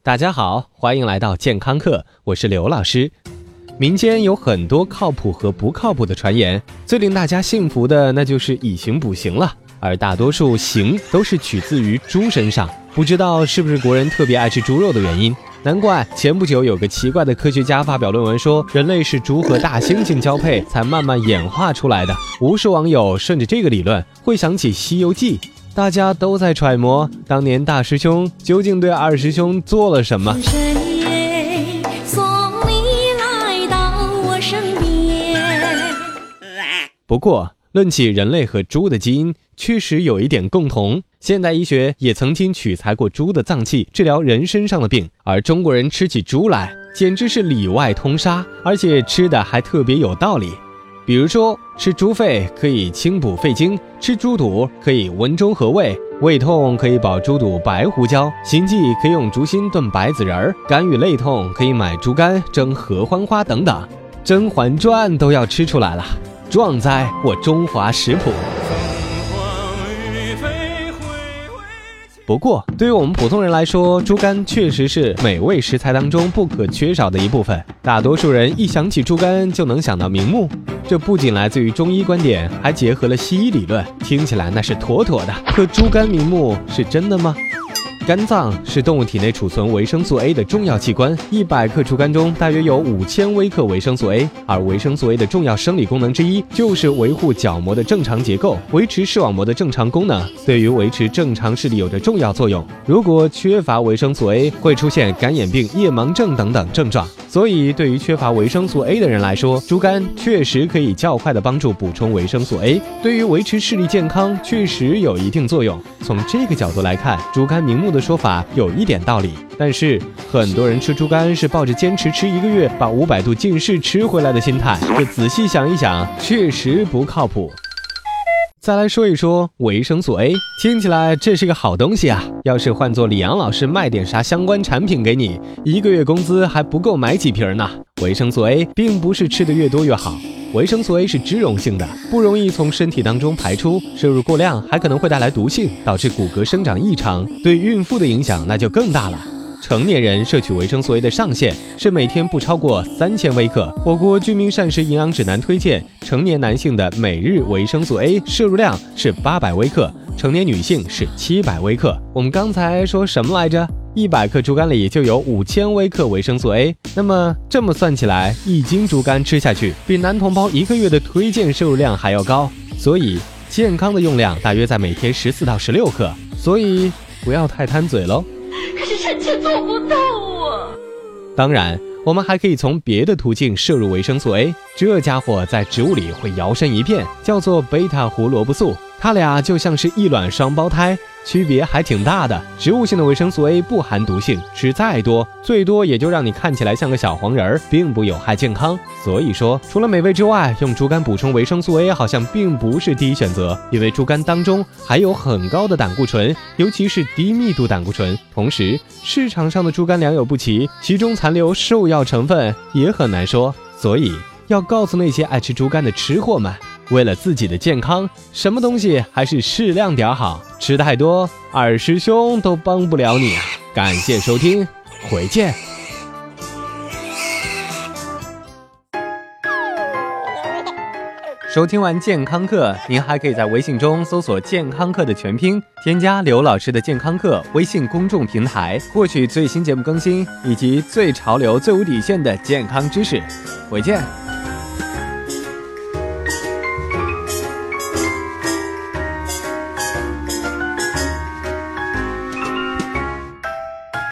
大家好，欢迎来到健康课，我是刘老师。民间有很多靠谱和不靠谱的传言，最令大家信服的那就是以形补形了，而大多数形都是取自于猪身上，不知道是不是国人特别爱吃猪肉的原因。难怪前不久有个奇怪的科学家发表论文说，人类是猪和大猩猩交配才慢慢演化出来的。无数网友顺着这个理论会想起《西游记》，大家都在揣摩当年大师兄究竟对二师兄做了什么。不过论起人类和猪的基因，确实有一点共同，现代医学也曾经取材过猪的脏器治疗人身上的病，而中国人吃起猪来简直是里外通杀，而且吃的还特别有道理。比如说吃猪肺可以清补肺经，吃猪肚可以温中和胃，胃痛可以保猪肚白胡椒，心悸可以用猪心炖白子仁，肝郁肋痛可以买猪肝蒸合欢花等等，《甄嬛传》都要吃出来了，壮哉我中华食谱。不过对于我们普通人来说，猪肝确实是美味食材当中不可缺少的一部分，大多数人一想起猪肝就能想到明目，这不仅来自于中医观点，还结合了西医理论，听起来那是妥妥的。可猪肝明目是真的吗？肝脏是动物体内储存维生素 A 的重要器官，100克猪肝中大约有5000微克维生素 A， 而维生素 A 的重要生理功能之一就是维护角膜的正常结构，维持视网膜的正常功能，对于维持正常视力有着重要作用。如果缺乏维生素 A， 会出现干眼病、夜盲症等等症状。所以对于缺乏维生素 A 的人来说，猪肝确实可以较快的帮助补充维生素 A， 对于维持视力健康确实有一定作用。从这个角度来看，猪肝明目的说法有一点道理，但是很多人吃猪肝是抱着坚持吃1个月把500度近视吃回来的心态，这仔细想一想确实不靠谱。再来说一说维生素 A， 听起来这是个好东西啊，要是换做李阳老师卖点啥相关产品给你，1个月工资还不够买几瓶呢。维生素 A 并不是吃得越多越好，维生素 A 是脂溶性的，不容易从身体当中排出，摄入过量还可能会带来毒性，导致骨骼生长异常，对孕妇的影响那就更大了。成年人摄取维生素 A 的上限是每天不超过3000微克。我国居民膳食营养指南推荐，成年男性的每日维生素 A 摄入量是800微克，成年女性是700微克。我们刚才说什么来着？100克猪肝里就有5000微克维生素 A， 那么这么算起来，1斤猪肝吃下去比男同胞1个月的推荐摄入量还要高，所以健康的用量大约在每天14到16克，所以不要太贪嘴喽。 可是臣妾做不到啊。 当然我们还可以从别的途径摄入维生素 A， 这家伙在植物里会摇身一变，叫做贝塔胡萝卜素，它俩就像是一卵双胞胎，区别还挺大的。植物性的维生素 A 不含毒性，吃再多最多也就让你看起来像个小黄人，并不有害健康。所以说除了美味之外，用猪肝补充维生素 A 好像并不是第一选择，因为猪肝当中还有很高的胆固醇，尤其是低密度胆固醇。同时市场上的猪肝良莠不齐，其中残留兽药成分也很难说。所以要告诉那些爱吃猪肝的吃货们，为了自己的健康，什么东西还是适量点好，吃太多二师兄都帮不了你啊。感谢收听，回见。收听完健康课，您还可以在微信中搜索健康课的全拼，添加刘老师的健康课微信公众平台，获取最新节目更新以及最潮流最无底线的健康知识。回见。